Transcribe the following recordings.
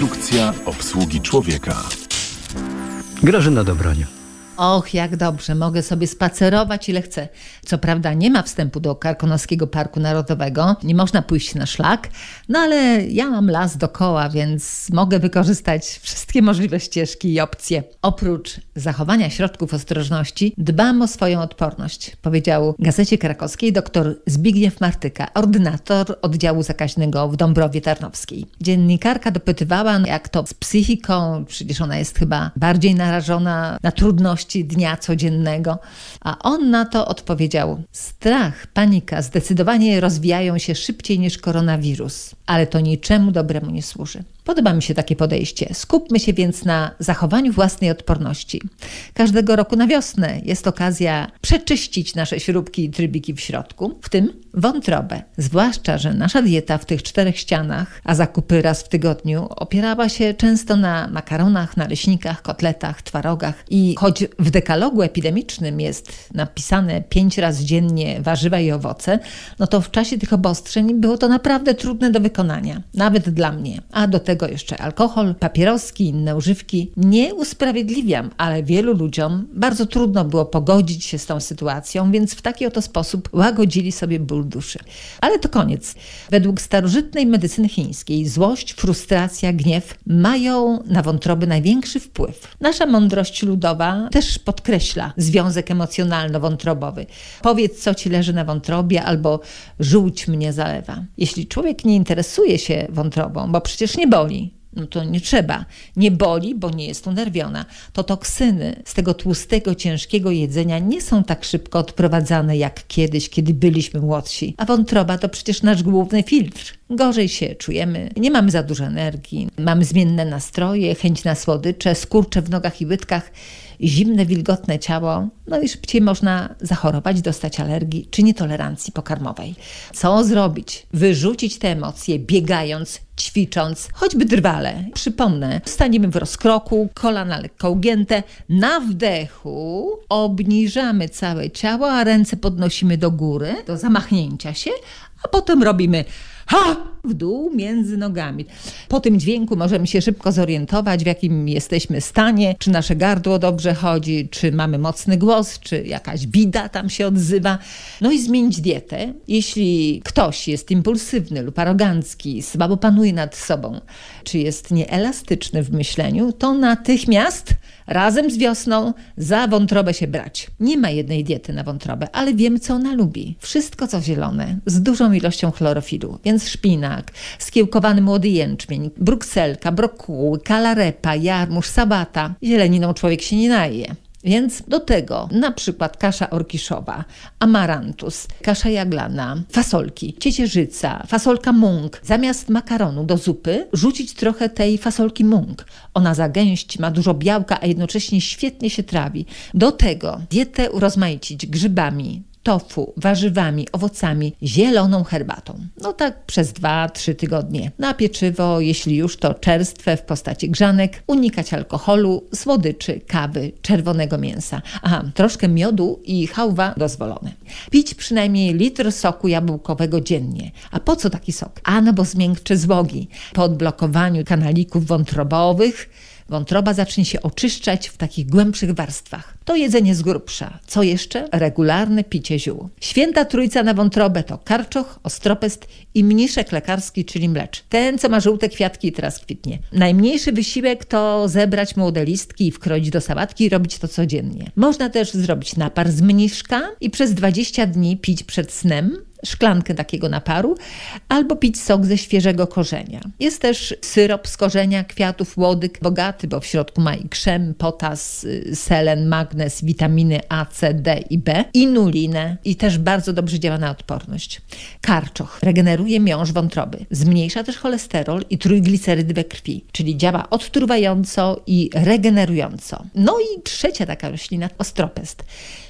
Instrukcja obsługi człowieka. Grażyna Dobroń. Och, jak dobrze, mogę sobie spacerować ile chcę. Co prawda nie ma wstępu do Karkonoskiego Parku Narodowego, nie można pójść na szlak, no ale ja mam las dookoła, więc mogę wykorzystać wszystkie możliwe ścieżki i opcje. Oprócz zachowania środków ostrożności dbam o swoją odporność, powiedział Gazecie Krakowskiej dr Zbigniew Martyka, ordynator oddziału zakaźnego w Dąbrowie Tarnowskiej. Dziennikarka dopytywała, jak to z psychiką, przecież ona jest chyba bardziej narażona na trudności dnia codziennego, a on na to odpowiedział: strach, panika zdecydowanie rozwijają się szybciej niż koronawirus, ale to niczemu dobremu nie służy. Podoba mi się takie podejście. Skupmy się więc na zachowaniu własnej odporności. Każdego roku na wiosnę jest okazja przeczyścić nasze śrubki i trybiki w środku, w tym wątrobę. Zwłaszcza, że nasza dieta w tych 4 ścianach, a zakupy raz w tygodniu, opierała się często na makaronach, naleśnikach, kotletach, twarogach i choć w dekalogu epidemicznym jest napisane 5 razy dziennie warzywa i owoce, no to w czasie tych obostrzeń było to naprawdę trudne do wykonania, nawet dla mnie. A do tego jeszcze alkohol, papieroski, inne używki. Nie usprawiedliwiam, ale wielu ludziom bardzo trudno było pogodzić się z tą sytuacją, więc w taki oto sposób łagodzili sobie ból duszy. Ale to koniec. Według starożytnej medycyny chińskiej złość, frustracja, gniew mają na wątroby największy wpływ. Nasza mądrość ludowa też podkreśla związek emocjonalno-wątrobowy. Powiedz, co ci leży na wątrobie, albo żółć mnie zalewa. Jeśli człowiek nie interesuje się wątrobą, bo przecież nie boli, no to nie trzeba. Nie boli, bo nie jest unerwiona. To toksyny z tego tłustego, ciężkiego jedzenia nie są tak szybko odprowadzane jak kiedyś, kiedy byliśmy młodsi. A wątroba to przecież nasz główny filtr. Gorzej się czujemy, nie mamy za dużo energii, mamy zmienne nastroje, chęć na słodycze, skurcze w nogach i łydkach, zimne, wilgotne ciało, no i szybciej można zachorować, dostać alergii czy nietolerancji pokarmowej. Co zrobić? Wyrzucić te emocje, biegając, ćwicząc, choćby trwale. Przypomnę, staniemy w rozkroku, kolana lekko ugięte, na wdechu obniżamy całe ciało, a ręce podnosimy do góry, do zamachnięcia się, a potem robimy ha! W dół między nogami. Po tym dźwięku możemy się szybko zorientować, w jakim jesteśmy stanie, czy nasze gardło dobrze chodzi, czy mamy mocny głos, czy jakaś bida tam się odzywa. No i zmienić dietę. Jeśli ktoś jest impulsywny lub arogancki, słabo panuje nad sobą, czy jest nieelastyczny w myśleniu, to natychmiast razem z wiosną za wątrobę się brać. Nie ma jednej diety na wątrobę, ale wiemy, co ona lubi. Wszystko, co zielone, z dużą ilością chlorofilu, więc szpinak, skiełkowany młody jęczmień, brukselka, brokuły, kalarepa, jarmuż, sabata. Zieleniną człowiek się nie naje. Więc do tego na przykład kasza orkiszowa, amarantus, kasza jaglana, fasolki, ciecierzyca, fasolka mung. Zamiast makaronu do zupy rzucić trochę tej fasolki mung. Ona zagęści, ma dużo białka, a jednocześnie świetnie się trawi. Do tego dietę urozmaicić grzybami, tofu, warzywami, owocami, zieloną herbatą. No tak przez 2-3 tygodnie. Na pieczywo, jeśli już, to czerstwe w postaci grzanek, unikać alkoholu, słodyczy, kawy, czerwonego mięsa. Aha, troszkę miodu i chałwa dozwolone. Pić przynajmniej litr soku jabłkowego dziennie. A po co taki sok? A no bo zmiękczy złogi. Po odblokowaniu kanalików wątrobowych wątroba zacznie się oczyszczać w takich głębszych warstwach. To jedzenie z grubsza. Co jeszcze? Regularne picie ziół. Święta trójca na wątrobę to karczoch, ostropest i mniszek lekarski, czyli mlecz. Ten, co ma żółte kwiatki i teraz kwitnie. Najmniejszy wysiłek to zebrać młode listki i wkroić do sałatki i robić to codziennie. Można też zrobić napar z mniszka i przez 20 dni pić przed snem szklankę takiego naparu, albo pić sok ze świeżego korzenia. Jest też syrop z korzenia kwiatów łodyg, bogaty, bo w środku ma i krzem, potas, selen, magnez, witaminy A, C, D i B, inulinę i też bardzo dobrze działa na odporność. Karczoch regeneruje miąższ wątroby, zmniejsza też cholesterol i trójglicerydy we krwi, czyli działa odtruwająco i regenerująco. No i trzecia taka roślina, ostropest.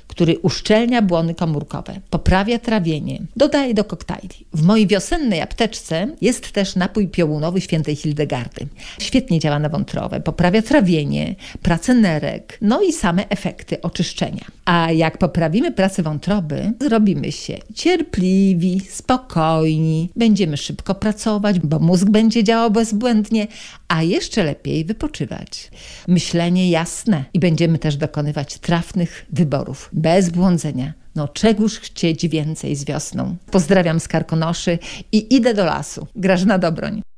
który uszczelnia błony komórkowe, poprawia trawienie. Dodaję do koktajli. W mojej wiosennej apteczce jest też napój piołunowy świętej Hildegardy. Świetnie działa na wątrobę, poprawia trawienie, pracę nerek, no i same efekty oczyszczenia. A jak poprawimy pracę wątroby, zrobimy się cierpliwi, spokojni, będziemy szybko pracować, bo mózg będzie działał bezbłędnie, a jeszcze lepiej wypoczywać. Myślenie jasne i będziemy też dokonywać trafnych wyborów, bez błądzenia. No czegóż chcieć więcej z wiosną. Pozdrawiam z Karkonoszy i idę do lasu. Grażyna Dobroń.